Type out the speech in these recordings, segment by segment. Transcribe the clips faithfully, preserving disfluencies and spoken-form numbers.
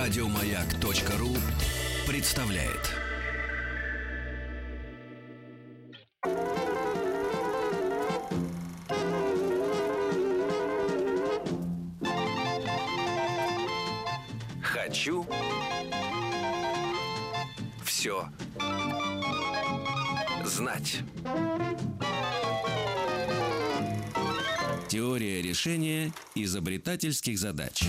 Радиомаяк.ру представляет. Хочу все знать. Теория решения изобретательских задач.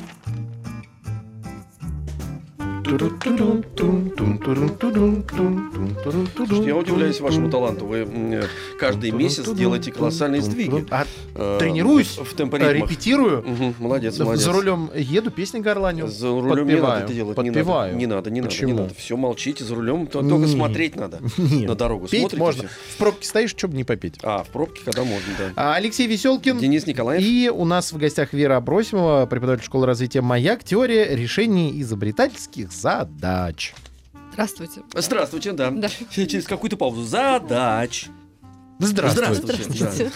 Слушайте, я удивляюсь вашему таланту. Вы каждый месяц делаете колоссальные сдвиги. А, тренируюсь, в темпоритмах. репетирую. Угу, молодец, молодец. За рулем еду, песни горланю. За рулем не надо это делать. Подпеваю. Не надо, не надо, Почему? не надо. Все, молчите за рулем. Только Не. смотреть надо Нет. на дорогу. Петь Смотрите можно. всё. В пробке стоишь, чтобы не попеть. А, в пробке, когда можно, да. А, Алексей Веселкин. Денис Николаев. И у нас в гостях Вера Абросимова, преподаватель школы развития «Маяк». Теория решения изобретательских задач. Здравствуйте. Здравствуйте, да. Да. Через какую-то паузу. Задач. Здравствуйте. Здравствуйте.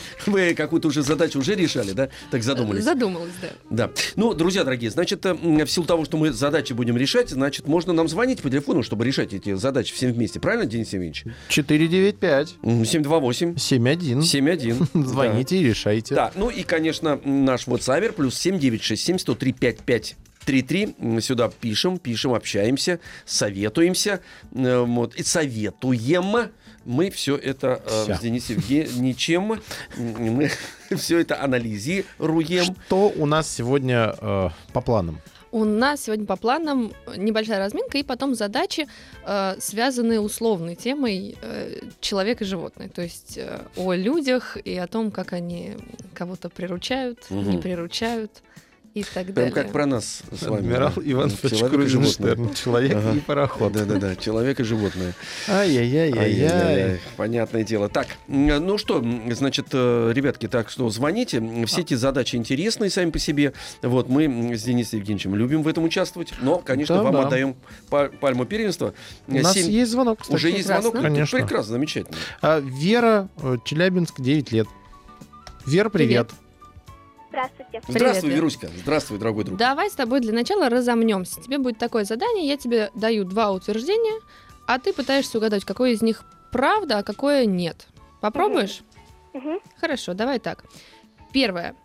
Вы какую-то уже задачу уже решали, да? Так задумались. Задумалась, да. Да. Ну, друзья дорогие, значит, э, в силу того, что мы задачи будем решать, значит, можно нам звонить по телефону, чтобы решать эти задачи всем вместе. Правильно, Денис Евгеньевич? четыре девять пять семь два восемь семь один. семь один. Звоните и решайте. Да, ну и, конечно, наш WhatsApp плюс семь девять шесть семь сто три пять пять три три. Сюда пишем, пишем, общаемся, советуемся. э, Вот, и советуем. Мы все это э, Всё. с Денисом Евгеньевичем, мы все это анализируем. Что у нас сегодня э, по планам? У нас сегодня по планам небольшая разминка и потом задачи, э, связанные условной темой э, человек и животное. То есть э, о людях и о том, как они кого-то приручают, Мгм. не приручают и так Прям далее. как про нас с вами. Адмирал да. Иван Человек и животное. Крузенштерн. Человек Ага. и пароход. Да-да-да, человек и животное. Ай-яй-яй-яй-яй. Ай-яй-яй, понятное дело. Так, м, ну что, м, значит, э, ребятки, так что звоните. Все эти задачи интересные сами по себе. Вот, мы м, с Денисом Евгеньевичем любим в этом участвовать. Но, конечно, Да, вам да. отдаем па- пальму первенства. У нас Семь- есть звонок, кстати. Уже есть Прекрасно. звонок? Это Конечно. прекрасно, замечательно. А, Вера, э, Челябинск, девять лет. Вера, привет. Здравствуйте. Здравствуй, Вер. Веруська. Здравствуй, дорогой друг. Давай с тобой для начала разомнемся. Тебе будет такое задание, я тебе даю два утверждения, а ты пытаешься угадать, какое из них правда, а какое нет. Попробуешь? Мгм. Хорошо, давай так. Первое.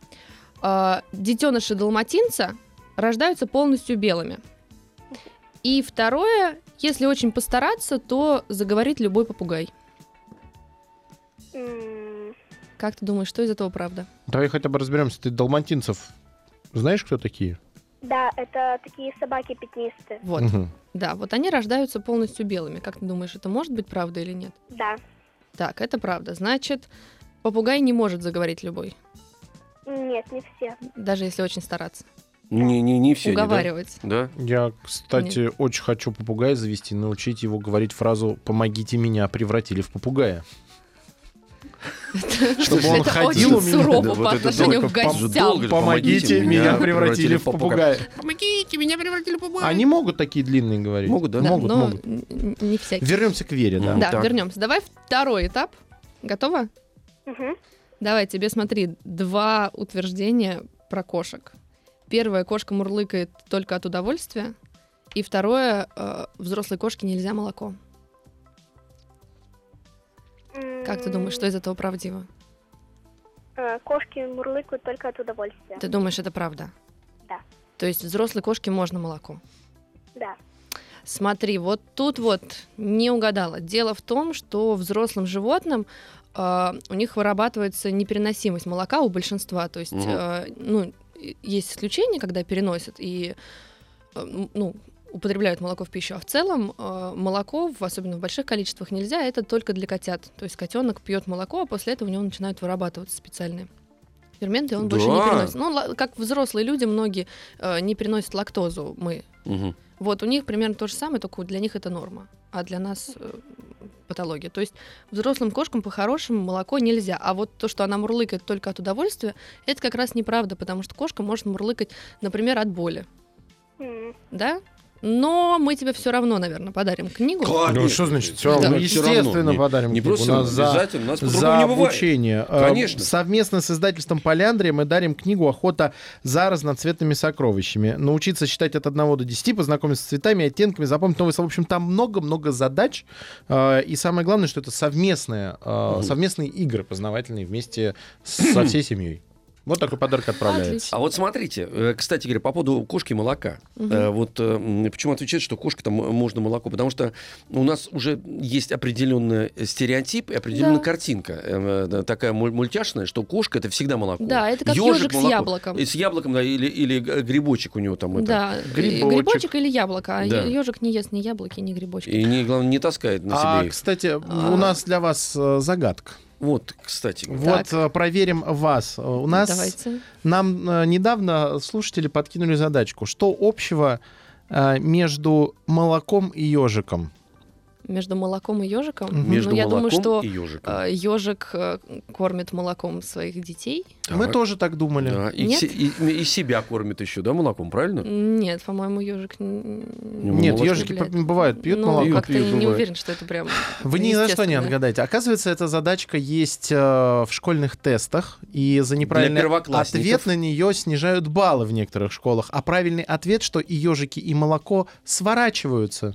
Э, Детеныши далматинца рождаются полностью белыми. И второе, если очень постараться, то заговорит любой попугай. М, Как ты думаешь, что из этого правда? Давай хотя бы разберемся. Ты далматинцев знаешь, кто такие? Да, это такие собаки пятнистые. Вот, Мгм. да, вот они рождаются полностью белыми. Как ты думаешь, это может быть правда или нет? Да. Так, это правда. Значит, попугай не может заговорить любой, Нет, не все. даже если очень стараться. Не, не, не все. Уговаривать. Да? Я, кстати, очень хочу попугая завести, научить его говорить фразу «помогите меня, превратили в попугая». Чтобы он это ходил у очень меня. сурово Да, по вот это отношению только к пом- гостям. долго. Помогите, меня превратили в попугая. Помогите, меня превратили в попугая. Они могут такие длинные говорить? Могут, да? Да, Могут, но могут. н- н- не всякие. Вернемся к Вере, да. Мгм. Да, Так. вернемся. Давай второй этап. Готова? Мгм. Давай, тебе смотри, два утверждения про кошек. Первое, кошка мурлыкает только от удовольствия. И второе, э, взрослой кошке нельзя молоко. М, Как ты думаешь, что из этого правдиво? э, Кошки мурлыкают только от удовольствия. Ты думаешь, это правда? Да. То есть взрослой кошке можно молоко? Да. Смотри, вот тут вот не угадала. Дело в том, что взрослым животным э, у них вырабатывается непереносимость молока у большинства. То есть, Мгм. э, ну, и- есть исключения, когда переносят и э, м, ну, употребляют молоко в пищу. А в целом э, молоко, в- особенно в больших количествах, нельзя. Это только для котят. То есть котенок пьет молоко, а после этого у него начинают вырабатываться специальные ферменты, и он больше не Да. переносит. Ну, ла- как взрослые люди, многие э, не переносят лактозу, мы. Мгм. Вот у них примерно то же самое, только для них это норма, а для нас э, патология. То есть взрослым кошкам по-хорошему молоко нельзя. А вот то, что она мурлыкает только от удовольствия, это как раз неправда, потому что кошка может мурлыкать, например, от боли. М, Да? Но мы тебе все равно, наверное, подарим книгу. Ну, что значит все равно? Да. Ну, естественно, Не- подарим Не книгу. просто У нас за, обязательно, у нас по-другому за не бывает. обучение. Э, Конечно. Совместно с издательством «Поляндрия» мы дарим книгу «Охота за разноцветными сокровищами». Научиться считать от одного до десяти, познакомиться с цветами, оттенками, запомнить новые слова. В общем, там много-много задач. Э, И самое главное, что это совместные, э, совместные игры познавательные вместе с- со всей семьей. Вот такой подарок отправляется. Отлично. А вот смотрите, э, кстати говоря, по поводу кошки и молока. Э, Вот э, м, почему отвечают, что кошка там можно молоко? Потому что у нас уже есть определенный стереотип и определенная Да. картинка э, э, такая муль- мультяшная, что кошка это всегда молоко. Да, это как Ёжик ёжик с молоко. яблоком. И с яблоком, да, или, или г- грибочек у него там. Это. Да, Грибочек. грибочек. грибочек или яблоко. А Да. ежик не ест ни яблоки, ни грибочки. И, не, главное, не таскает на А, себе их. кстати, А. у нас для вас э, загадка. Вот, кстати. говоря. Вот э, проверим вас. Э, У нас Давайте. нам э, недавно слушатели подкинули задачку. Что общего э, между молоком и ежиком? Между молоком и ежиком. Между ну, я думаю, молоком что и ёжиком. ежик кормит молоком своих детей. Мы Так. тоже так думали. Да, и, Нет? се- и- и себя кормит еще, да, молоком, правильно? Нет, по-моему, ежик н- Нет, молочко ежики употребляет. п- бывают, пьют ну, молоко. как-то пьют, я не бывает. уверен, что это прям Вы ни за что не естественно. отгадаете. Оказывается, эта задачка есть э, в школьных тестах, и за неправильный первоклассников. ответ на нее снижают баллы в некоторых школах. А правильный ответ, что и ежики, и молоко сворачиваются.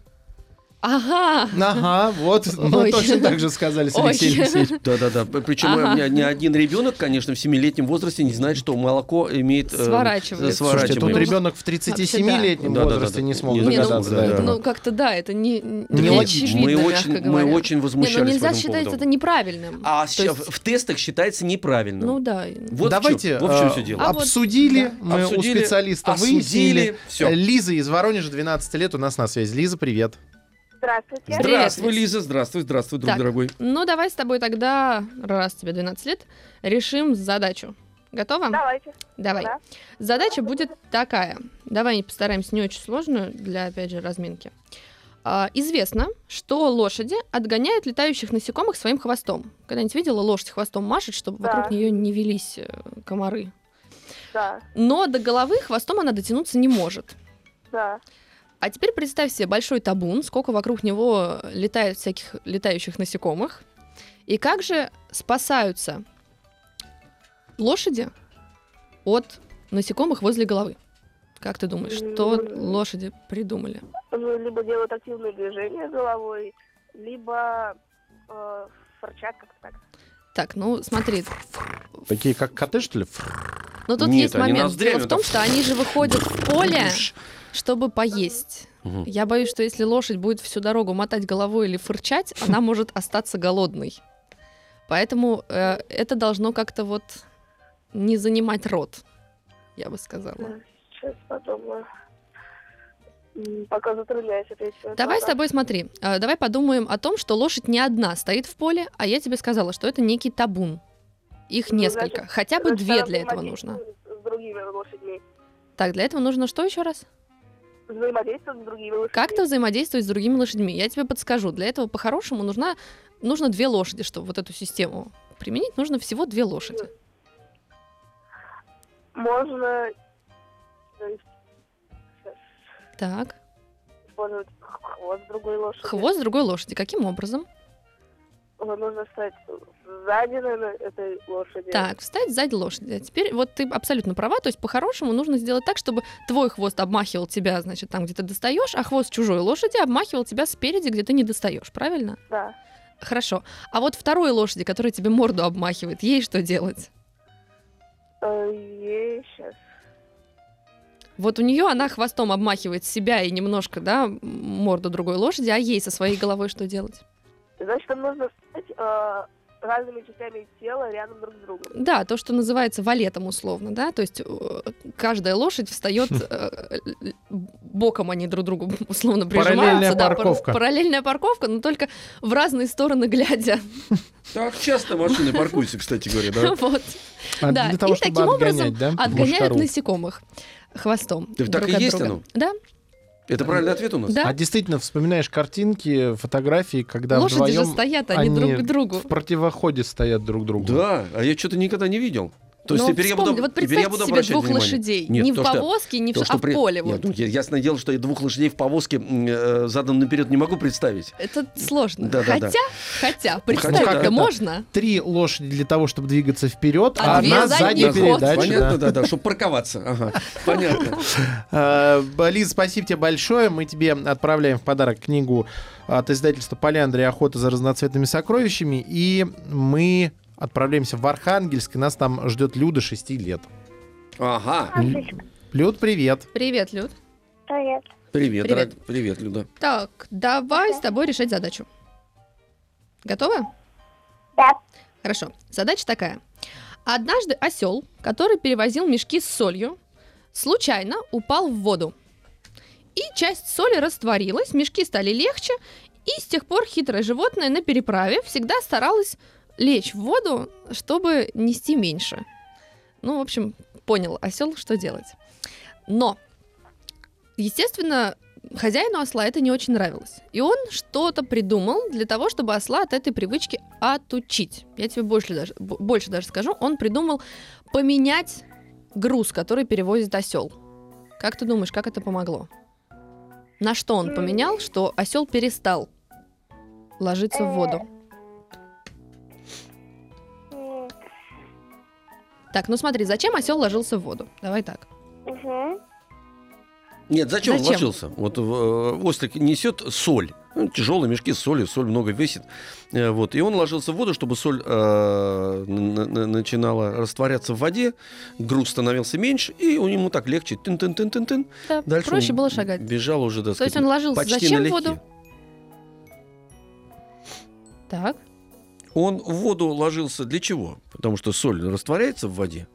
Ага. Ага, вот мы Ой. точно так же сказали с Ой. Алексеем Алексеевичем. Да-да-да. Причем Ага. ни, ни один ребенок, конечно, в семилетнем возрасте не знает, что молоко имеет э, Сворачивается. Слушайте, тут сворачиваемый. ребенок в тридцатисемилетнем Да, да, да, возрасте да. не смог Не, Не, ну, догадаться. да, до да. этого. ну как-то да, это не, не Нелогично. очевидно, Мы мягко очень, мы говоря. очень Не, возмущались ну нельзя по этому считать поводу. это неправильным. А То ща- есть- в тестах считается неправильным. Ну да. Вот Давайте в чем, вот в чем э, все дело. А вот, обсудили, да. мы Обсудили, у специалиста осудили, выяснили. всё. Э, Лиза из Воронежа, двенадцать лет, у нас на связи. Лиза, привет. Здравствуйте. Привет, Здравствуй, Лиз. Лиза, здравствуй, здравствуй, друг Так. дорогой. Ну давай с тобой тогда, раз тебе двенадцать лет, решим задачу. Готова? Давайте. Давай. Да. Задача будет такая. Давай постараемся не очень сложную для, опять же, разминки. А, известно, что лошади отгоняют летающих насекомых своим хвостом. Когда-нибудь видела, лошадь хвостом машет, чтобы Да. вокруг нее не велись э, комары. Да. Но до головы хвостом она дотянуться не может. Да. А теперь представь себе большой табун, сколько вокруг него летает всяких летающих насекомых. И как же спасаются лошади от насекомых возле головы? Как ты думаешь, что М. лошади придумали? Ну, либо делают активные движения головой, либо э, фырчат как-то так. Так, ну смотри, Такие как коты, что ли? но тут Нет, есть они момент. ноздрями Дело в том, так. что они же выходят в поле, чтобы поесть. Мгм. Я боюсь, что если лошадь будет всю дорогу мотать головой или фырчать, она может остаться голодной. Поэтому э, это должно как-то вот не занимать рот, я бы сказала. Сейчас подумаю. М, Пока затрудняюсь ответить. на этот Давай с вопрос. тобой смотри, э, давай подумаем о том, что лошадь не одна стоит в поле, а я тебе сказала, что это некий табун. Их Ну, несколько, значит, хотя бы Значит, две она для этого нужно. взаимодействует С другими лошадьми. Так, для этого нужно что еще раз? Взаимодействует с другими лошадьми. Как-то взаимодействовать с другими лошадьми. Я тебе подскажу. Для этого по-хорошему нужна, нужно две лошади, чтобы вот эту систему применить. Нужно всего две лошади. Можно э, сейчас Так, использовать хвост другой лошади. хвост другой лошади. Каким образом? Э, Нужно стать сзади на этой лошади. Так, встать сзади лошади. А теперь вот ты абсолютно права. То есть по-хорошему нужно сделать так, чтобы твой хвост обмахивал тебя, значит, там, где ты достаешь, а хвост чужой лошади обмахивал тебя спереди, где ты не достаешь. Правильно? Да. Хорошо. А вот второй лошади, которая тебе морду обмахивает, ей что делать? Э, Ей сейчас. Вот у нее она хвостом обмахивает себя и немножко, да, морду другой лошади, а ей со своей головой что делать? Значит, им нужно стать э, разными частями тела рядом друг с другом. Да, то, что называется валетом условно, да, то есть э, каждая лошадь встает э, боком, они друг другу условно прижимаются. Параллельная да, пар- парковка. Параллельная парковка, но только в разные стороны глядя. Так часто машины паркуются, кстати говоря, да? Вот. А Да, для того, и чтобы таким отгонять, образом да, отгоняют мошкару. насекомых хвостом. Так друг и от есть друга. оно? Да, Это правильный ответ у нас? да. А действительно, вспоминаешь картинки, фотографии, когда Лошади же вдвоем стоят, они, они друг к другу. в противоходе стоят друг к другу. Да, а я что-то никогда не видел. То есть Но теперь я буду, вспомни, вот теперь я представьте буду себе обращать двух внимание. лошадей. Нет, не то, в что- повозке, не в, то, а что в при- поле. Нет, Вот. ну, я- ясное дело, что я двух лошадей в повозке м, э, задом наперед не могу представить. Это сложно. Да-да-да. Хотя, хотя, Хотя, представить-то да. можно. Три лошади для того, чтобы двигаться вперед, А а две одна задний задняя ход. передача. Понятно, да. да, да, чтобы парковаться. Ага, понятно. Э, Лиза, спасибо тебе большое. Мы тебе отправляем в подарок книгу от издательства «Поляндрия. Охота за разноцветными сокровищами». И мы отправляемся в Архангельск, и нас там ждет Люда, шести лет. Ага. Люд, привет. Привет, Люд. Привет. Привет, Привет. дорог- Привет, Люда. Так, давай с тобой решать задачу. Готова? Да. Хорошо. Задача такая. Однажды осел, который перевозил мешки с солью, случайно упал в воду. И часть соли растворилась, мешки стали легче, и с тех пор хитрое животное на переправе всегда старалось лечь в воду, чтобы нести меньше. Ну, в общем, понял осел, что делать. Но, естественно, хозяину осла это не очень нравилось. И он что-то придумал для того, чтобы осла от этой привычки отучить. Я тебе больше даже, б- больше даже скажу. Он придумал поменять груз, который перевозит осел. Как ты думаешь, как это помогло? На что он поменял, что осел перестал ложиться в воду? М, Так, ну смотри, зачем осел ложился в воду? Давай так. мгм. Нет, зачем, Зачем? он ложился? Вот э, ослик несет соль. Ну, тяжелые мешки с солью, соль много весит. Э, вот. И он ложился в воду, чтобы соль э, на- на- начинала растворяться в воде, груз становился меньше, и у него так легче. Тын-тын-тын-тын-тын. Да, Дальше проще он было шагать. Бежал уже, да, То есть он ложился почти зачем в налегке. воду? Так. Он в воду ложился для чего? Потому что соль растворяется в воде.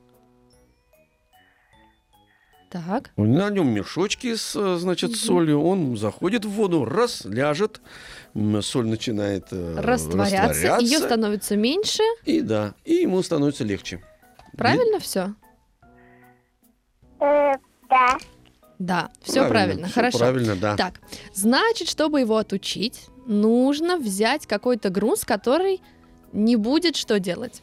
Так. На нем мешочки с, э, значит, с солью. Он заходит в воду, раз, ляжет, м, соль начинает э, Растворяться, растворяться. ее становится меньше. И да, и ему становится легче. Правильно все? Э, Да. Да, все правильно, всё хорошо. Правильно, да. Так, значит, чтобы его отучить, нужно взять какой-то груз, который не будет что делать?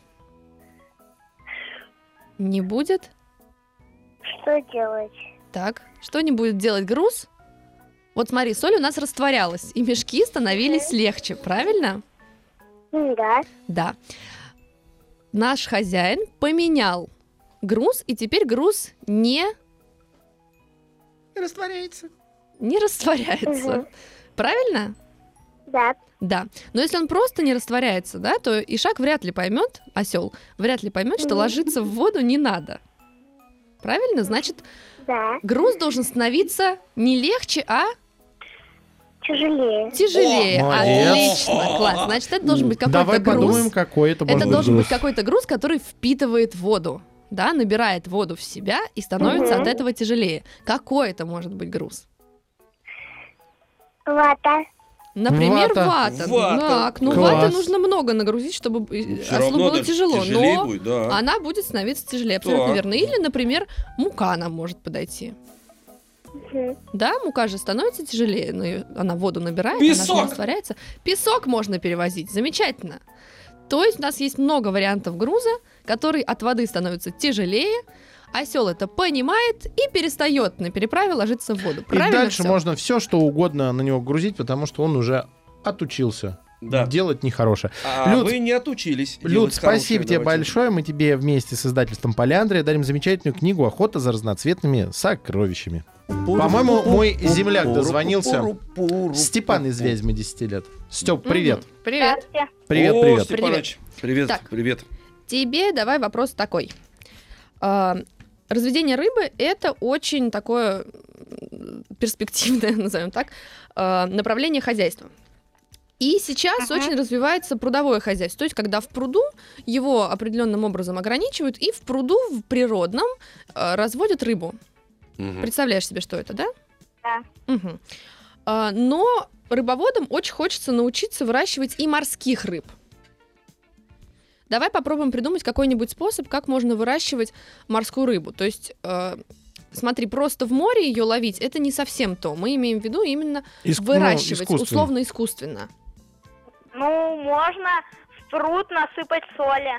Не будет? Что делать? Так, что не будет делать груз? Вот смотри, соль у нас растворялась, и мешки становились легче, правильно? М, Да. Да. Наш хозяин поменял груз, и теперь груз не, Растворяется. не растворяется. Мгм. Правильно? Да. Да. Но если он просто не растворяется, да, то Ишак вряд ли поймет, осел, вряд ли поймет, что Мгм. ложиться в воду не надо. Правильно? Значит, Да. груз должен становиться не легче, а Тяжелее. тяжелее. О, молодец. Отлично, класс. Значит, это должен быть какой-то Давай груз. подумаем, какой это может Это быть должен груз. быть какой-то груз, который впитывает воду, да, набирает воду в себя и становится Мгм. от этого тяжелее. Какой это может быть груз? Вата. Например, Вата. вата. Вата. Так, ну Класс. ваты нужно много нагрузить, чтобы э, ослу было тяжело, но будет, да. она будет становиться тяжелее, абсолютно Так. верно. Или, например, мука нам может подойти. Мгм. Да, мука же становится тяжелее, но её- она воду набирает, Песок. она же растворяется. Песок можно перевозить, замечательно. То есть у нас есть много вариантов груза, который от воды становится тяжелее. Осел это понимает и перестает на переправе ложиться в воду. И Правильно дальше всё? можно все, что угодно на него грузить, потому что он уже отучился Да. делать нехорошее. А Люд, вы не отучились. Люд, делать спасибо хорошее, тебе давайте. большое. Мы тебе вместе с издательством «Поляндрия» дарим замечательную книгу «Охота за разноцветными сокровищами». По-моему, мой земляк дозвонился. Степан из Вязьмы, десять лет. Степ, привет. Мгм. Привет. Здравствуйте. Привет, О, привет. Степаныч, привет, Так. привет. Тебе давай вопрос такой. А, разведение рыбы — это очень такое м, перспективное, назовем так, а, направление хозяйства. И сейчас Ага. очень развивается прудовое хозяйство. То есть, когда в пруду его определенным образом ограничивают, и в пруду, в природном, а, разводят рыбу. Мгм. Представляешь себе, что это, да? Да. Мгм. А, но рыбоводам очень хочется научиться выращивать и морских рыб. Давай попробуем придумать какой-нибудь способ, как можно выращивать морскую рыбу. То есть, э, смотри, просто в море ее ловить — это не совсем то. Мы имеем в виду именно Иск- ну, выращивать искусственно. условно-искусственно. Ну, можно в пруд насыпать соли.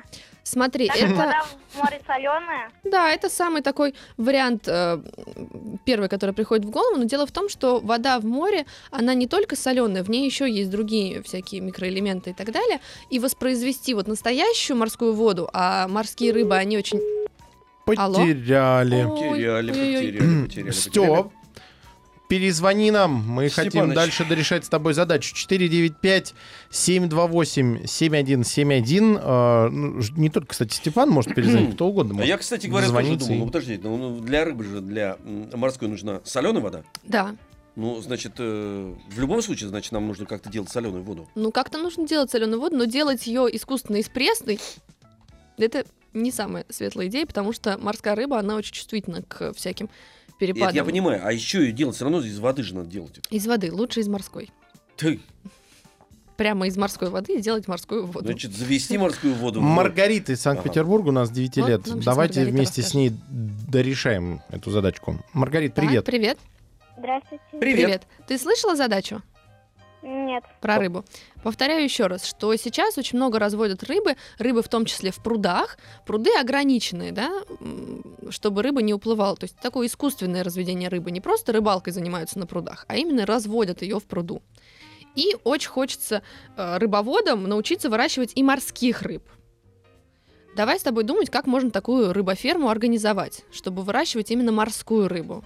Смотри, Так это... вода в море соленая? Да, это самый такой вариант, э, первый, который приходит в голову, но дело в том, что вода в море, она не только соленая, в ней еще есть другие всякие микроэлементы и так далее, и воспроизвести вот настоящую морскую воду, а морские рыбы, они очень... Алло? Потеряли. Ой, Потеряли, ой-ой-ой. потеряли, потеряли. Степ, перезвони нам, мы хотим Степаныч. дальше дорешать с тобой задачу. четыре девять пять семь два восемь семь один семь один. Э, ну, ж- не только, кстати, Степан может перезвонить, кто угодно А может. я, кстати говоря, тоже дозвониться думал, и- ну подождите, ну, ну, для рыбы же, для м, морской нужна соленая вода. Да, Ну, значит, э, в любом случае, значит, нам нужно как-то делать соленую воду. ну как-то нужно делать соленую воду, но делать ее искусственно из пресной, это не самая светлая идея, потому что морская рыба, она очень чувствительна к всяким И это перепадам. я понимаю, а еще ее делать все равно из воды же надо делать. Из воды, лучше из морской. Ты, Прямо из морской воды делать морскую воду. значит, завести морскую воду. в море. Маргарита из Санкт-Петербурга, у нас девять Вот лет. нам щас Давайте Маргарита вместе с ней дорешаем эту задачку. Маргарит, Так, привет. привет. Здравствуйте. Привет. Ты слышала задачу Нет. про рыбу? Повторяю еще раз, что сейчас очень много разводят рыбы, рыбы в том числе в прудах. Пруды ограниченные, да, м, чтобы рыба не уплывала. То есть такое искусственное разведение рыбы. Не просто рыбалкой занимаются на прудах, а именно разводят ее в пруду. И очень хочется э, рыбоводам научиться выращивать и морских рыб. Давай с тобой думать, как можно такую рыбоферму организовать, чтобы выращивать именно морскую рыбу.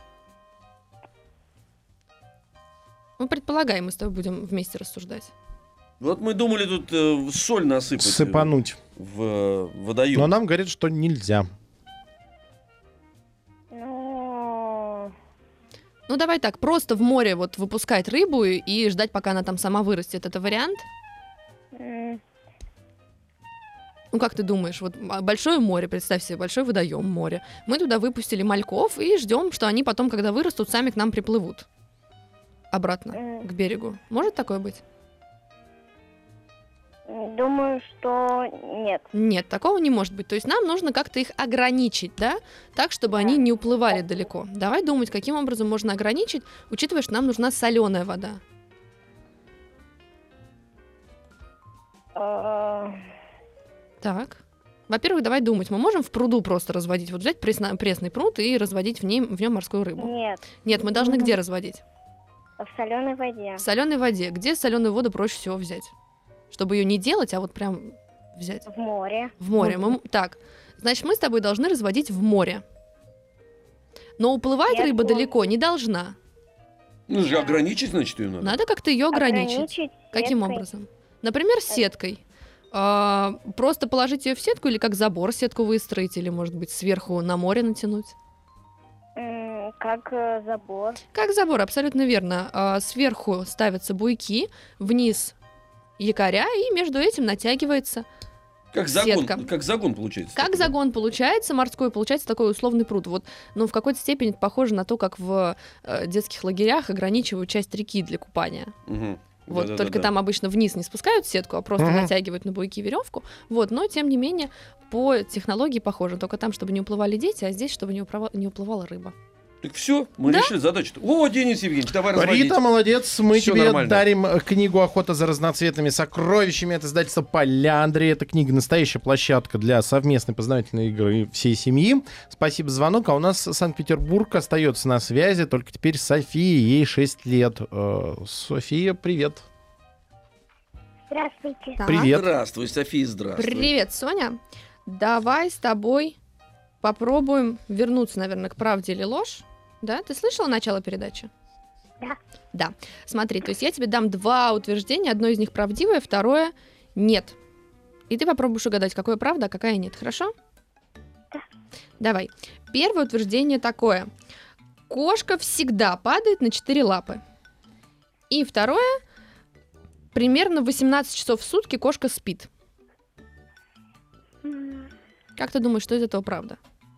Мы предполагаем, мы с тобой будем вместе рассуждать. Вот мы думали тут э, соль насыпать э, Сыпануть. в э, водоем. Но нам говорят, что нельзя. Ну, Ну давай так, просто в море вот выпускать рыбу и- и ждать, пока она там сама вырастет. Это вариант? м, Ну как ты думаешь, вот а, большое море, представь себе, большой водоем море. Мы туда выпустили мальков и ждем, что они потом, когда вырастут, сами к нам приплывут. Обратно, м, к берегу. Может такое быть? думаю, что нет. Нет, такого не может быть. То есть нам нужно как-то их ограничить, да? Так, чтобы они не уплывали далеко. Давай думать, каким образом можно ограничить, учитывая, что нам нужна соленая вода. Э, Так. Во-первых, давай думать. Мы можем в пруду просто разводить. Вот взять пресно- пресный пруд и разводить в нем, в нем морскую рыбу. Нет. Нет, мы должны где разводить? В соленой воде. В соленой воде. Где соленую воду проще всего взять? Чтобы ее не делать, а вот прям взять. В море. В море. Мы м- Так, значит, мы с тобой должны разводить в море. Но уплывать Я рыба думаю- далеко не должна. Ну же ограничить, значит, ее надо. Надо как-то ее ограничить. Ограничить Каким сеткой. образом? Например, сеткой. А, просто положить ее в сетку или как забор сетку выстроить, или, может быть, сверху на море натянуть. М, Как э, забор. Как забор, абсолютно верно. А, сверху ставятся буйки, вниз якоря, и между этим натягивается. Как загон, сетка. как загон получается. Как такой, да? загон получается, морской получается такой условный пруд. Вот, ну, в какой-то степени это похоже на то, как в э, детских лагерях ограничивают часть реки для купания. Мгм. Вот, Да-да-да-да. только там обычно вниз не спускают сетку, а просто Мгм. натягивают на буйки веревку. Вот, но тем не менее по технологии похоже. Только там, чтобы не уплывали дети, а здесь, чтобы не, уплыва- не уплывала рыба. Так все, мы решили задачу. О, Денис Евгеньевич, давай разводить. Рита, молодец. Мы Всё тебе нормально. дарим э, книгу «Охота за разноцветными сокровищами». Это издательство «Поляндрия». Эта книга — настоящая площадка для совместной познавательной игры всей семьи. Спасибо за звонок. А у нас Санкт-Петербург остается на связи. Только теперь София, ей шесть лет. Э, София, привет. Здравствуйте. Так. Привет. Здравствуй, София, здравствуй. Привет, Соня. Давай с тобой попробуем вернуться, наверное, к правде или ложь. Да? Ты слышала начало передачи? Да. Да. Смотри, то есть я тебе дам два утверждения. Одно из них правдивое, второе нет. И ты попробуешь угадать, какое правда, а какая нет. Хорошо? Да. Давай. Первое утверждение такое. Кошка всегда падает на четыре лапы. И второе. Примерно восемнадцать часов в сутки кошка спит. М, Как ты думаешь, что из этого правда?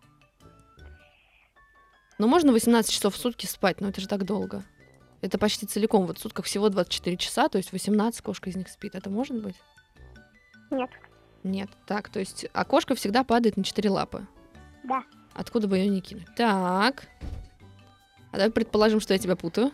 Ну, можно восемнадцать часов в сутки спать, но это же так долго. Это почти целиком. Вот в сутках всего двадцать четыре часа, то есть восемнадцать кошка из них спит. Это может быть? Нет. Нет. Так, то есть... А кошка всегда падает на четыре лапы. Да. Откуда бы ее не кинуть? Так. А давай предположим, что я тебя путаю.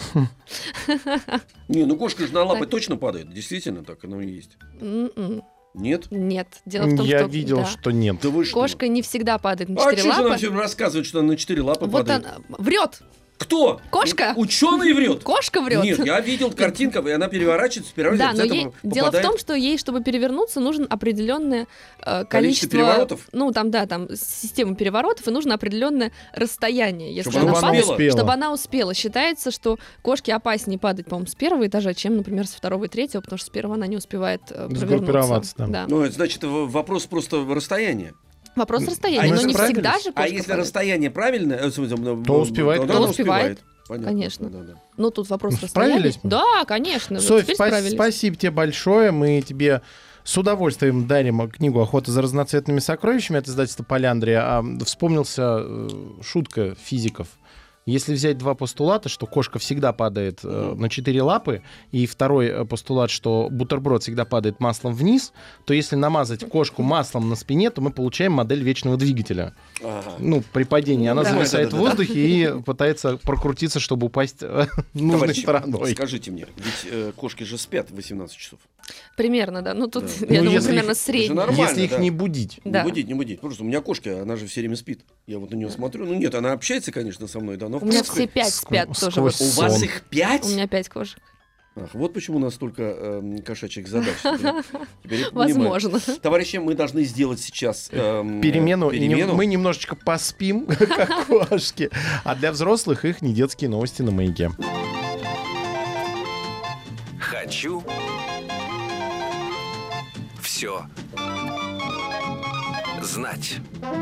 Не, ну кошка же на лапы Так. точно падает. Действительно, так оно и есть. М-м. Нет? Нет. Дело в том, Я что... видел, да, что нет. Да вы что? кошка не всегда падает на А четыре что же лапы. нам все рассказывают, что она на четыре лапы Вот падает? она врет. Кто? Кошка. Ученый врет. Кошка врет. Нет, я видел картинку, и она переворачивается, Да, но переворачивается, ей, обязательно дело в попадает. том, что ей, чтобы перевернуться, нужно определенное э, количество... Количество переворотов? Ну, там, да, там система переворотов, и нужно определенное расстояние. Если Чтобы она падает, успела. Чтобы она успела. Считается, что кошке опаснее падать, по-моему, с первого этажа, чем, например, со второго и третьего, потому что с первого она не успевает э, Сгруппироваться, провернуться. да. Ну, это значит, в- вопрос просто расстояния. Вопрос А расстояния, но если не справились? всегда же кошка А если падает. расстояние правильное, э, в смысле, ну, То успевает. тогда То она успевает. Понятно. Конечно. Да, да. Ну, тут вопрос Ну, расстояния. справились мы? Да, конечно. вот Софь, теперь спа- справились. спасибо тебе большое. Мы тебе с удовольствием дарим книгу «Охота за разноцветными сокровищами» от издательства «Поляндрия». А, вспомнился э, шутка физиков. Если взять два постулата, что кошка всегда падает э, на четыре лапы, и второй э, постулат, что бутерброд всегда падает маслом вниз, то если намазать кошку маслом на спине, то мы получаем модель вечного двигателя. Ага. Ну, при падении она Да, зависает да, в да, да. воздухе и пытается прокрутиться, чтобы упасть э, нужной Товарищи, стороной. скажите мне, ведь э, кошки же спят восемнадцать часов. Примерно, да. Ну, тут, Да. я Ну, думаю, если примерно их- средний. нормально, Если их да. не будить. Да. Не будить, не будить. Просто у меня кошка, она же все время спит. Я вот на нее смотрю. Ну нет, она общается, конечно, со мной, да, но в У меня принципе- все пять спят Сквозь- тоже. Вот. сквозь У вас сон. их пять? У меня пять кошек. Ах, вот почему у нас столько эм, кошачьих задач. Теперь, теперь я понимаю. Возможно. Товарищи, мы должны сделать сейчас эм, Перемену. И не- перемену. мы немножечко поспим, как кошки. А для взрослых их не детские новости на Маяке. Хочу все знать.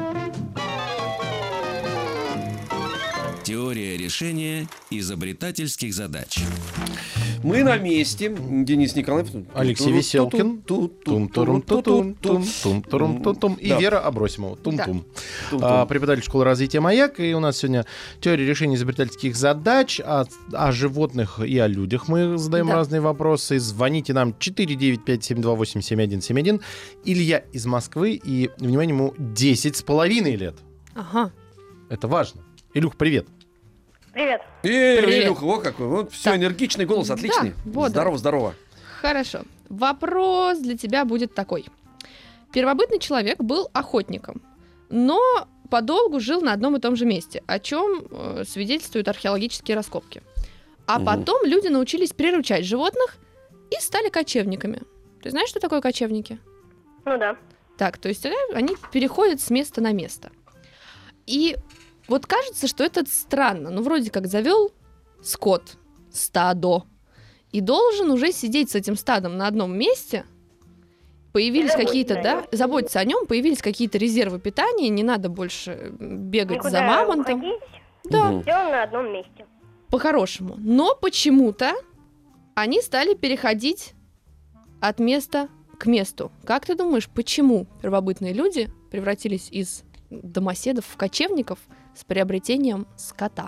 Теория решения изобретательских задач. Мы на месте. Денис Николаев. Алексей Веселкин. Тум-турум-тутун, тум-турум-тутун, и Да. Вера Абросимова. Тум-тум. Тум-тум. А, Преподаватель школы развития «Маяк». И у нас сегодня теория решения изобретательских задач. О, о животных и о людях мы задаем Да. разные вопросы. Звоните нам четыре девять пять семь два восемь семь один семь один. Илья из Москвы. И, внимание, ему десять с половиной лет. Ага. Это важно. Илюх, привет. Привет. Эй, Привет. Илюха, вот какой. Вот все, Так. энергичный голос, отличный. Да, бодро. Здорово, здорово. Хорошо. Вопрос для тебя будет такой. Первобытный человек был охотником, но подолгу жил на одном и том же месте, о чем э, свидетельствуют археологические раскопки. А Мгм. потом люди научились приручать животных и стали кочевниками. Ты знаешь, что такое кочевники? Ну да. Так, то есть э, они переходят с места на место. И вот кажется, что это странно. Ну, вроде как завел скот, стадо, и должен уже сидеть с этим стадом на одном месте. Появились Заботиться какие-то, о да, нём. заботиться о нем, появились какие-то резервы питания, не надо больше бегать Никуда за мамонтом. уходить, Да, Мгм. все на одном месте. по-хорошему. Но почему-то они стали переходить от места к месту. Как ты думаешь, почему первобытные люди превратились из домоседов в кочевников с приобретением скота?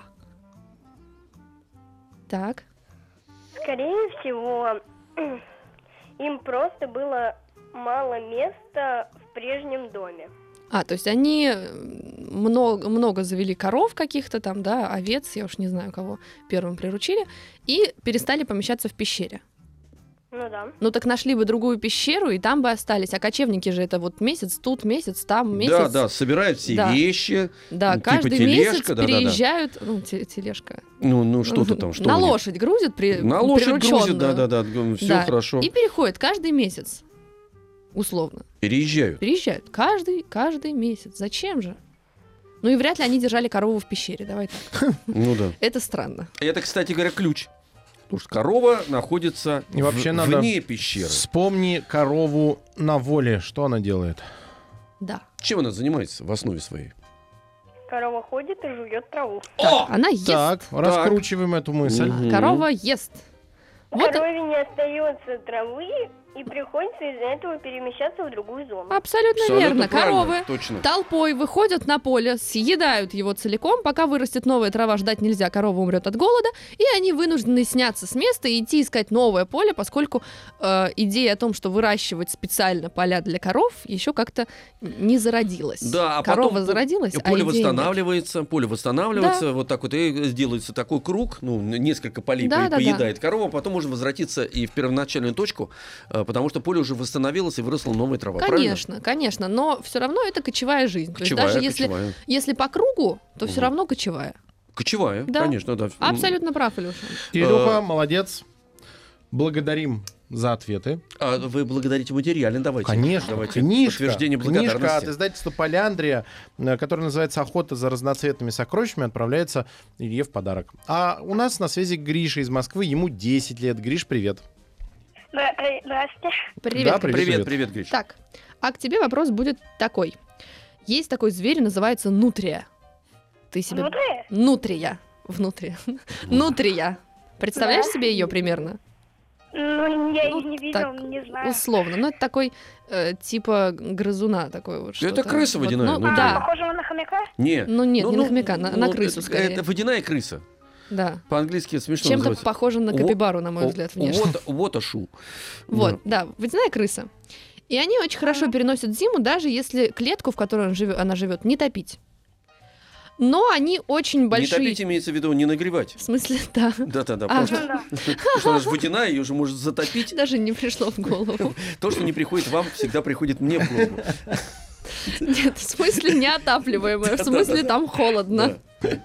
Так. Скорее всего, им просто было мало места в прежнем доме. А, то есть они э, много, много завели коров каких-то там, да, овец, я уж не знаю, кого первым приручили, и перестали помещаться в пещере. Ну да. Ну так нашли бы другую пещеру, и там бы остались. А кочевники же это вот месяц тут, месяц там, месяц. Да, да, собирают все Да. вещи. Да, ну, типа каждый тележка, месяц да-да-да. переезжают, ну, те- тележка. Ну, ну что-то там, что На у них? лошадь грузят, при, На лошадь грузит, приручённую. да-да-да, все Да. хорошо. И переходят каждый месяц, условно. Переезжают. Переезжают каждый, каждый месяц. Зачем же? Ну и вряд ли они держали корову в пещере, давай так. Ну да. Это странно. Это, кстати говоря, ключ. Потому что корова находится И вообще в- надо вне пещеры. Вспомни корову на воле. Что она делает? Да. Чем она занимается в основе своей? Корова ходит и жует траву. О! Она ест. Так, раскручиваем эту мысль. Мгм. Корова ест. Вот Корове не остается травы, и приходится из-за этого перемещаться в другую зону. абсолютно, Абсолютно верно. правильно, Коровы Точно. толпой выходят на поле, съедают его целиком, пока вырастет новая трава, ждать нельзя, корова умрет от голода, и они вынуждены сняться с места и идти искать новое поле, поскольку э, идея о том, что выращивать специально поля для коров, еще как-то не зародилась. Да, а Корова потом зародилась, поле а идея нет. восстанавливается, поле восстанавливается, вот так вот и делается такой круг, ну, несколько полей Да, по- да, поедает корова, потом можно возвратиться и в первоначальную точку, э, потому что поле уже восстановилось и выросла новая трава. Конечно, конечно, но все равно это кочевая жизнь. Кочевая, То есть даже кочевая. если, если по кругу, то Угу. все равно кочевая. Кочевая, Да. конечно, да. Абсолютно прав, Илюша. Илюха, А. молодец. Благодарим за ответы. А вы благодарите материально, давайте. Конечно, Давайте книжка, подтверждение книжка благодарности. от издательства «Поляндрия», э, которая называется «Охота за разноцветными сокровищами», отправляется Илье в подарок. А у нас на связи Гриша из Москвы, ему десять лет. Гриш, привет. Да, э, Здравствуйте. Привет. Да, Привет, привет. привет, Гриш. Так, а к тебе вопрос будет такой. Есть такой зверь, называется нутрия. Ты себе... Внутри? Нутрия. Внутри. Нутрия. Представляешь Да. себе ее примерно? Ну, я Ну, их не видел, так, не знаю. Условно. Ну, это такой, э, типа, грызуна такой вот Это что-то. крыса Вот, водяная, ну, нутрия. А, да. похожего на хомяка? Не. Ну, нет, не на хомяка, на, на ну, крысу это, скорее. Это водяная крыса. Да. По-английски смешно Чем-то называется. похоже на Во- капибару, на мой взгляд, внешне. Вот, вот ашу. Вот, да, водяная крыса. И они очень хорошо переносят зиму, даже если клетку, в которой он живет, она живет, не топить. Но они очень Не большие. топить имеется в виду, не нагревать. В смысле, да. Да-да-да. А, Просто, Ну да. потому что она же водяная, ее же может затопить. Даже не пришло в голову. То, что не приходит вам, всегда приходит мне в голову. Нет, в смысле неотапливаемое, в смысле там холодно. Да.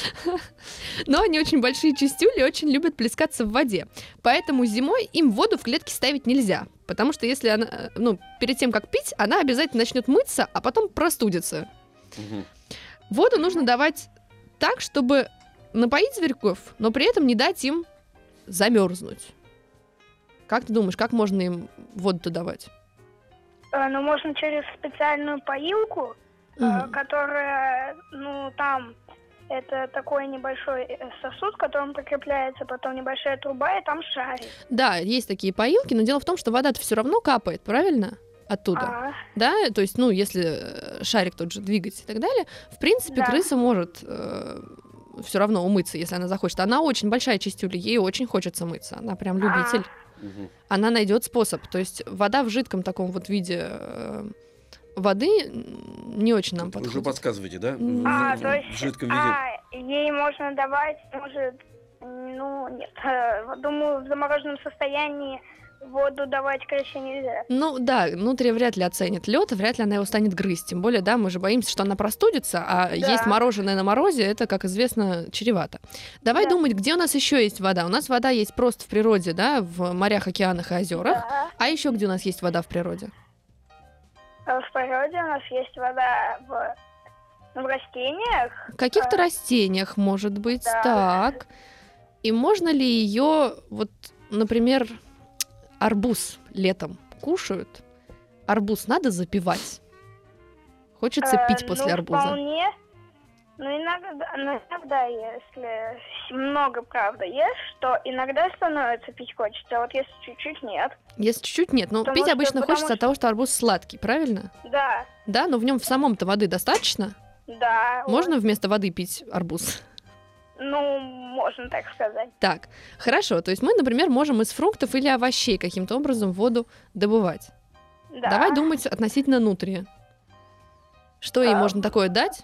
Но они очень большие чистюли и очень любят плескаться в воде. Поэтому зимой им воду в клетке ставить нельзя. Потому что если она, э, ну, перед тем, как пить, она обязательно начнет мыться, а потом простудится. Мгм. Воду нужно давать так, чтобы напоить зверьков, но при этом не дать им замерзнуть. Как ты думаешь, как можно им воду-то давать? Э, Ну, можно через специальную поилку, э, Мгм. которая, ну, там, это такой небольшой э, сосуд, к которому прикрепляется потом небольшая труба, и там шарик. Да, есть такие поилки, но дело в том, что вода-то все равно капает, правильно? Оттуда. А, Да, то есть, ну, если э, шарик тот же двигать и так далее, в принципе, Да. крыса может все равно умыться, если она захочет. Она очень большая чистюля, ей очень хочется мыться. Она прям любитель. Мгм. Она найдет способ. То есть вода в жидком таком вот виде э, воды м, не очень нам Вы уже подходит. подсказываете, да? М. В- а, в- то есть, В жидком виде. а, ей можно давать, может, ну, нет, э, думаю, в замороженном состоянии воду давать крыше нельзя. Ну да, нутрия вряд ли оценит лед, вряд ли она его станет грызть. Тем более, да, мы же боимся, что она простудится, а есть мороженое на морозе, это, как известно, чревато. Давай Да. думать, где у нас еще есть вода. У нас вода есть просто в природе, да, в морях, океанах и озерах. Да. А еще где у нас есть вода в природе? А в природе у нас есть вода в, в растениях. В каких-то А. растениях, может быть, Да. так. И можно ли ее, вот, например, арбуз летом кушают? Арбуз надо запивать? Хочется Э, пить после ну, арбуза. Вполне. Ну, иногда, ну, иногда, если много, правда, ешь, то иногда становится пить хочется, а вот если чуть-чуть, нет. Если чуть-чуть нет, но Потому пить что- обычно потому хочется от что- того, что арбуз сладкий, правильно? Да, Да, но в нем в самом-то воды достаточно? да. Можно вот. вместо воды пить арбуз? Ну, можно так сказать. Так, хорошо. То есть мы, например, можем из фруктов или овощей каким-то образом воду добывать. Да. Давай думать относительно нутрии. Что ей А. можно такое дать?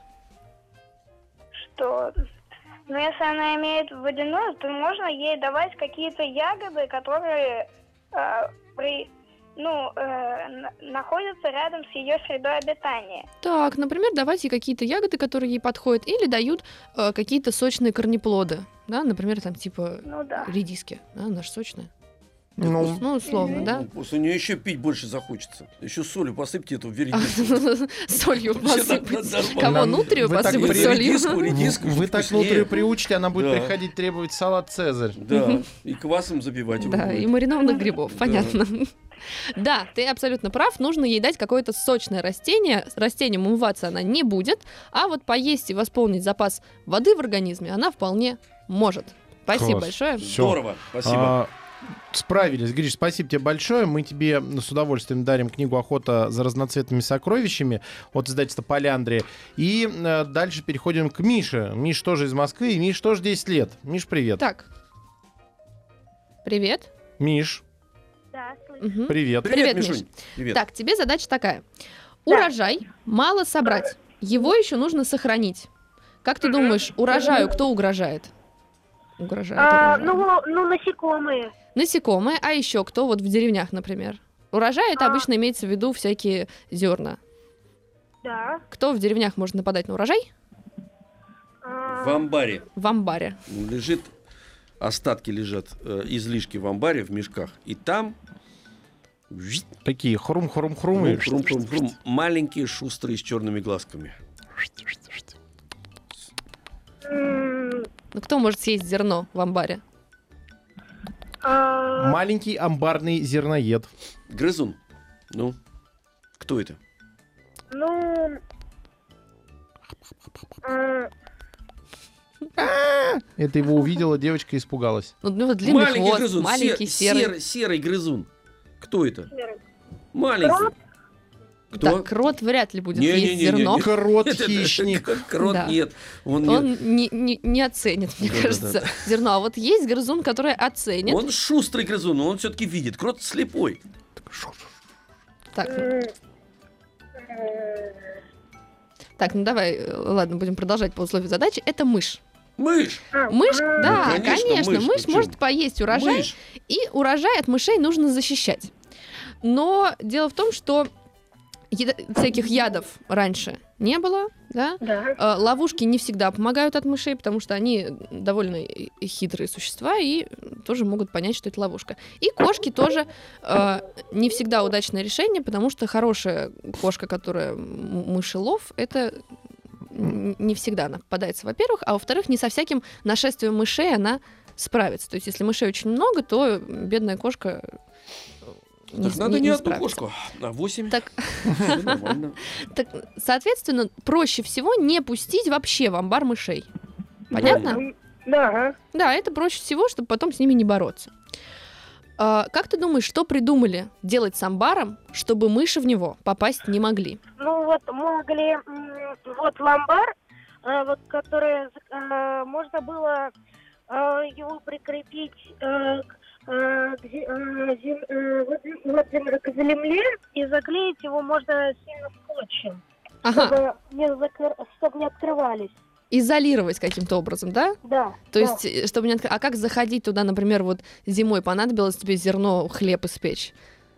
Что... Ну, если она имеет водяную, то можно ей давать какие-то ягоды, которые э, при... ну, э, на- находятся рядом с ее средой обитания. Так, например, давать ей какие-то ягоды, которые ей подходят, или дают э, какие-то сочные корнеплоды. Да, например, там типа Ну да. редиски. Да, она же сочная. Ну, Ну, условно, Мгм. да? Ну, После нее еще пить больше захочется. Еще солью посыпьте эту вередиску. Солью Вообще, посыпать. надо нормально. Кого, Нам- нутрию вы так посыпать при- солью? Редиску, редиску. вы так вкуснее. внутрь приучите, она будет Да. приходить требовать салат «Цезарь». Да, и квасом забивать его Да, и будет. маринованных грибов, Да. понятно. Да, ты абсолютно прав, нужно ей дать какое-то сочное растение. С растением умываться она не будет, а вот поесть и восполнить запас воды в организме она вполне может. Спасибо Класс. большое. Всё. Здорово, спасибо. А, Справились. Гриш, спасибо тебе большое. Мы тебе с удовольствием дарим книгу «Охота за разноцветными сокровищами» от издательства «Поляндрия». И э, дальше переходим к Мише. Миш тоже из Москвы, и Миш тоже десять лет. Миш, привет. Так. Привет. Миш, Да, слышу. Мгм. привет. Привет, Мишунь. Миш. Привет. Так, тебе задача такая. Да. Урожай мало собрать, его еще нужно сохранить. Как ты думаешь, урожаю кто угрожает? Угрожает А, урожаю. ну, ну, насекомые. Насекомые, а еще кто вот в деревнях, например? Урожай это А. обычно имеется в виду всякие зерна. Да. Кто в деревнях может нападать на урожай? А, В амбаре В амбаре. лежит, остатки лежат, э, излишки в амбаре, в мешках. И там вжит, Такие хрум-хрум-хрум. и- хрум-хрум-хрум, маленькие, шустрые, с черными глазками. м, Ну, кто может съесть зерно в амбаре? а, Маленький амбарный зерноед. Грызун. Ну, кто это? Ну, а, Это его увидела девочка и испугалась. Ну, у него длинный маленький хвост, грызун, маленький, се- серый. серый, серый грызун. Кто это? серый. Маленький. Крот? Кто? Так, крот вряд ли будет Не-не-не-не-не. есть зерно. Крот Это- это- хищник. Крот Да. нет. Он, не- Он не, не, не оценит, мне Да-да-да. кажется, зерно. А вот есть грызун, который оценит. он шустрый грызун, но он все-таки видит. Крот слепой. Так, М, м, так, ну давай, э, ладно, будем продолжать по условию задачи. Это мышь. Мышь. а, Мышь, м, да, конечно, конечно, мышь, мышь, ты чё? может поесть урожай, Мышь. и урожай от мышей нужно защищать. Но дело в том, что еда- всяких ядов раньше не было, да? Да. Э, Ловушки не всегда помогают от мышей, потому что они довольно и- и хитрые существа и тоже могут понять, что это ловушка. И кошки тоже э, не всегда удачное решение, потому что хорошая кошка, которая м- мышелов, это н- не всегда она попадается, во-первых, а во-вторых, не со всяким нашествием мышей она справится. То есть, если мышей очень много, то бедная кошка не, Так с- надо не- не не одну справится. кошку, а восемь. Так, Всё нормально. так, соответственно, проще всего не пустить вообще в амбар мышей. Понятно? М, Да. Да, это проще всего, чтобы потом с ними не бороться. А, как ты думаешь, что придумали делать с амбаром, чтобы мыши в него попасть не могли? Ну вот могли, м, вот ламбар, э, вот который э, можно было э, его прикрепить э, к, э, к зе- э, зем- э, вот зе- вот зем- к земле и заклеить его можно сильно скотчем, Ага, чтобы не, закр- чтобы не открывались. изолировать каким-то образом, да? Да. То да. есть, э, чтобы не отк- А как заходить туда, например, вот зимой понадобилось тебе зерно, хлеб испечь?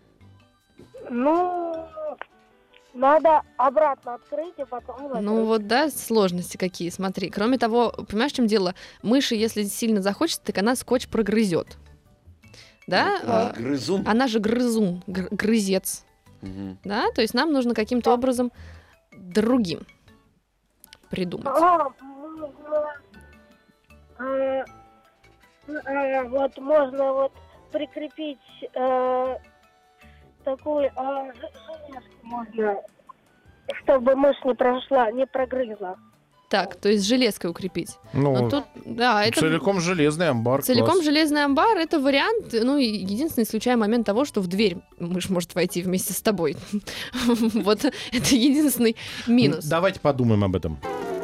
Ну, надо обратно открыть и потом закрыть. Ну вот, да, сложности какие, смотри. Кроме того, понимаешь, в чем дело? Мыши, если сильно захочет, так она скотч прогрызет. Да? А, А, Грызун. Она же грызун, гр- грызец. Мгм. Да? То есть нам нужно каким-то образом другим придумать. А, можно, э, э, вот можно вот прикрепить э, такой э, ж- железку можно, чтобы мышь не прошла, не прогрызла. Так, то есть железкой укрепить. Но Ну, тут, да, это целиком железный амбар. целиком класс. железный амбар — это вариант, ну, и единственный исключая момент того, что в дверь мышь может войти вместе с тобой. Вот это единственный минус. М, Давайте подумаем об этом.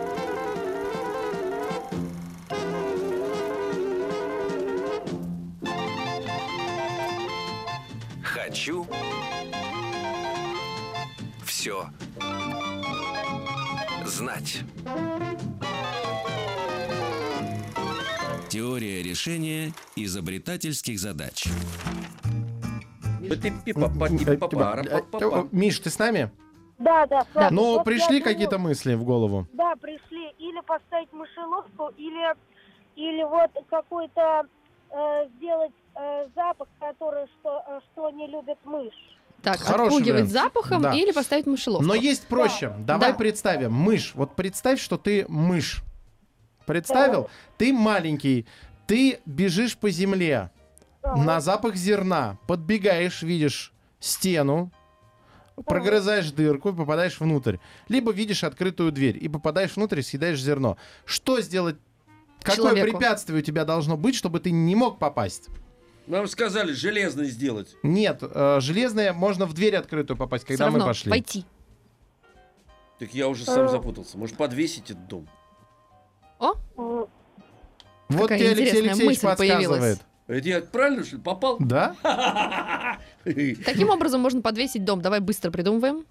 Хочу все знать. Теория решения изобретательских задач. Пи-пи-па-па-пи-па-пара-па-па-па. Миш, ты с нами? Да, да. Да. Ну, Вот пришли я какие-то думаю- мысли в голову? Да, пришли. Или поставить мышеловку, или, или вот какой-то э, сделать э, запах, который что, э, что не любит мышь. Так, Хороший отпугивать вариант. запахом Да. или поставить мышеловку. Но есть проще. Давай Да. представим. Мышь. Вот представь, что ты мышь. Представил? Ты маленький. Ты бежишь по земле. Да. На запах зерна. Подбегаешь, видишь стену. Прогрызаешь дырку и попадаешь внутрь. Либо видишь открытую дверь и попадаешь внутрь и съедаешь зерно. Что сделать? Какое Человеку. препятствие у тебя должно быть, чтобы ты не мог попасть? Нам сказали железный сделать. Нет, э, железное можно в дверь открытую попасть, Всё когда мы равно пошли. пойти. Так я уже сам запутался. Может, подвесить этот дом? О, М, Вот Какая тебе Алексей интересная Алексеевич мысль появилась. подсказывает. Это я правильно, что ли, попал? Да? каким образом можно подвесить дом? Давай быстро придумываем.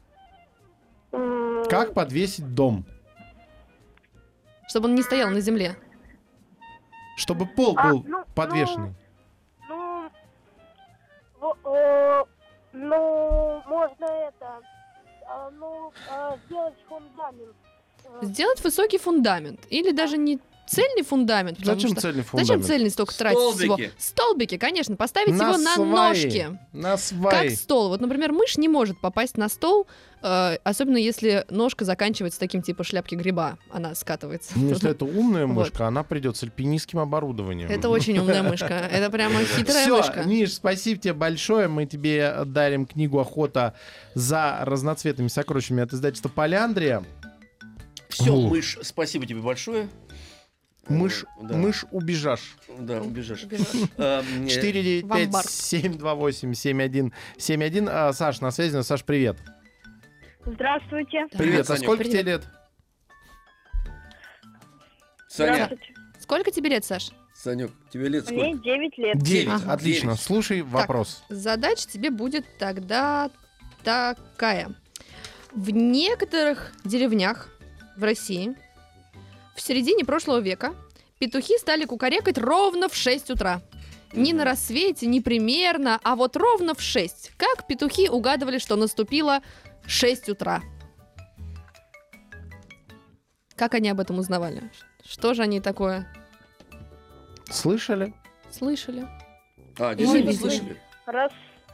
м, Как подвесить дом? Чтобы он не стоял на земле. Чтобы пол А, был ну, подвешенный. Ну, во- э, Ну, можно это, а, ну, а, сделать фундамент. Сделать высокий фундамент. Или даже не цельный фундамент. потому Зачем что- цельный фундамент? Зачем цельный столько тратить всего? Столбики. Столбики, конечно. Поставить На его на сваи. ножки. На Как свай. стол. Вот, например, мышь не может попасть на стол, э, особенно если ножка заканчивается таким типа шляпки гриба. Она скатывается. Ну, если это умная Вот. мышка, она придет с альпинистским оборудованием. Это очень умная мышка. Это прямо хитрая Все, мышка. Миш, спасибо тебе большое. Мы тебе дарим книгу «Охота за разноцветными сокровищами» от издательства «Поляндрия». Все, Во. мышь, спасибо тебе большое. Мышь, Э, да. мышь убежашь. Да, убежишь. Убежишь. А, мне- четыре девять В пять амбар. семь два восемь семь один семь один. А, Саш, на связи. Саш, привет. Здравствуйте. Привет. А Санек. сколько Привет. тебе лет? Саня, Здравствуйте. Сколько тебе лет, Саш? Санек, тебе лет Мне сколько? девять лет. Девять. Ага. Отлично. Девять. Слушай вопрос. Задача тебе будет тогда такая. В некоторых деревнях в России в середине прошлого века петухи стали кукарекать ровно в шесть утра. Не на рассвете, не примерно, а вот ровно в шесть. Как петухи угадывали, что наступило шесть утра? Как они об этом узнавали? Что же они такое Слышали? слышали? А, действительно видели. слышали? Раз.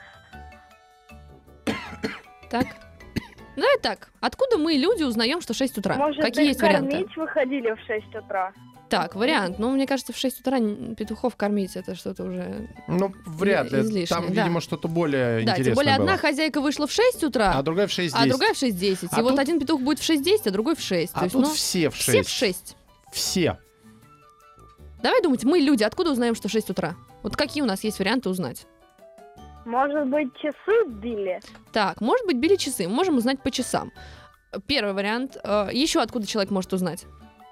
Так? Ну и так, откуда мы, люди, узнаем, что шесть утра? Может Какие быть, есть варианты? кормить выходили в шесть утра. Так, вариант. Ну, мне кажется, в шесть утра н- петухов кормить это что-то уже... Ну, вряд ли. Излишне, Там, да. видимо, что-то более Да, интересное тем более было. одна хозяйка вышла в шесть утра, А другая в шесть а десять. другая в шесть десять. А И вот тут- один петух будет в шесть десять, а другой в шесть. А То есть, тут ну, все в все шесть. в шесть. Все. Давай думать, мы, люди, откуда узнаем, что шесть утра? Вот какие у нас есть варианты узнать? Может быть, часы били? Так, может быть, били часы. Мы можем узнать по часам. Первый вариант. Э, Еще откуда человек может узнать?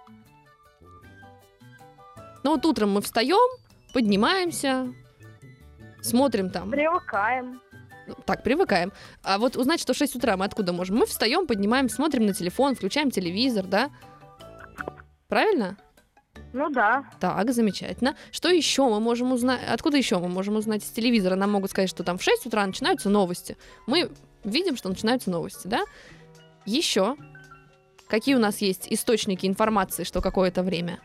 Ну вот утром мы встаем, поднимаемся, смотрим там. Привыкаем. Так, привыкаем. А вот узнать, что шесть утра мы откуда можем? Мы встаем, поднимаем, смотрим на телефон, включаем телевизор, да? Правильно? Ну да. Так, замечательно. Что еще мы можем узнать? Откуда еще мы можем узнать из телевизора? Нам могут сказать, что там в шесть утра начинаются новости. Мы видим, что начинаются новости, да? Еще. Какие у нас есть источники информации, что какое-то время?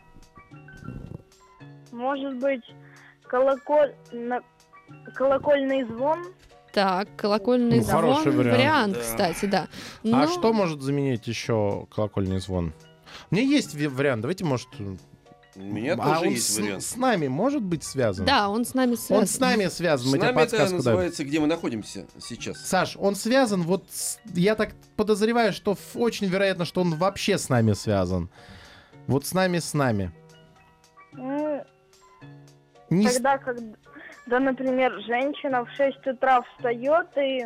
Может быть, колоколь... на- колокольный звон? Так, колокольный Ну, звон. хороший вариант. Да. Кстати, да. А Но- что может заменить еще колокольный звон? У меня есть ви- вариант. Давайте, может... У меня а тоже он есть с, вариант. с нами может быть связан? Да, он с нами связан. Он с нами связан. С Мы тебе нами это подсказку даем. называется, где мы находимся сейчас. Саш, он связан, вот с- я так подозреваю, что ф- очень вероятно, что он вообще с нами связан. Вот с нами, с нами. Ну, Не с- тогда, когда, например, женщина в шесть утра встает и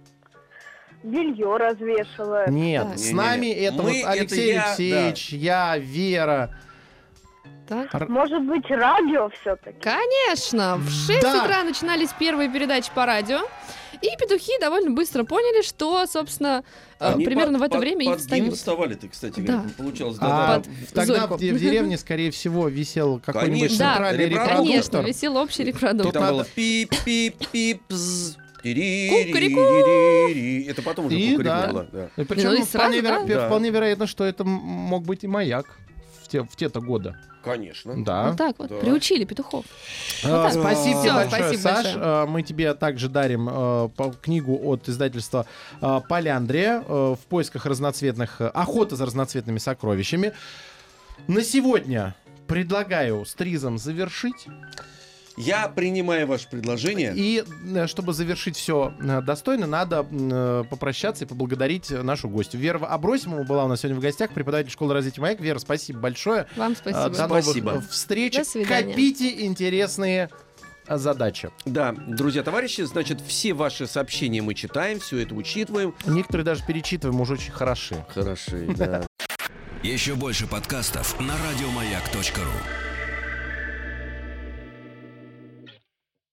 белье развешивает. Нет, Так. с Не-не-не. нами это Мы, вот Алексей это я, Алексеевич, я, Вера. Так. Р- Может быть, радио все-таки? Конечно, в шесть Да. утра начинались первые передачи по радио, и петухи довольно быстро поняли, что, собственно, э, Они примерно под- в это под- время и под гимн встают. вставали-то, кстати Да. говоря, получалось. А Да, под да. тогда Зорьку. в, де- в деревне, скорее всего, висел какой-нибудь Конечно. Да, центральный репродуктор. Конечно, репродуктор. висел общий репродуктор. Там надо- было пип-пип-пип. бз, Кукареку. тири-ри-ри-ри. Это потом уже И кукареку да. была. Да. И причем Ну и вполне, сразу, веро- да? вполне вероятно, что это м- мог быть и маяк в те, в те-то годы. Конечно. Да. Вот так вот, Да. приучили петухов. А, так. Спасибо тебе Всё, большое, спасибо Саш. большое. А, Мы тебе также дарим э, по- книгу от издательства э, «Поляндрия» э, в поисках разноцветных... э, охота за разноцветными сокровищами. На сегодня предлагаю стризом завершить. Я принимаю ваше предложение. И э, чтобы завершить все достойно, надо э, попрощаться и поблагодарить нашу гостью. Вера Абросимова была у нас сегодня в гостях, преподаватель школы развития «Маяк». Вера, спасибо большое. Вам А, спасибо. До новых Спасибо. э, встреч. До свидания. Копите интересные э, задачи. Да, друзья, товарищи, значит, все ваши сообщения мы читаем, все это учитываем. Некоторые даже перечитываем, уже очень хороши. Хороши, да. Еще больше подкастов на радиомаяк точка ру.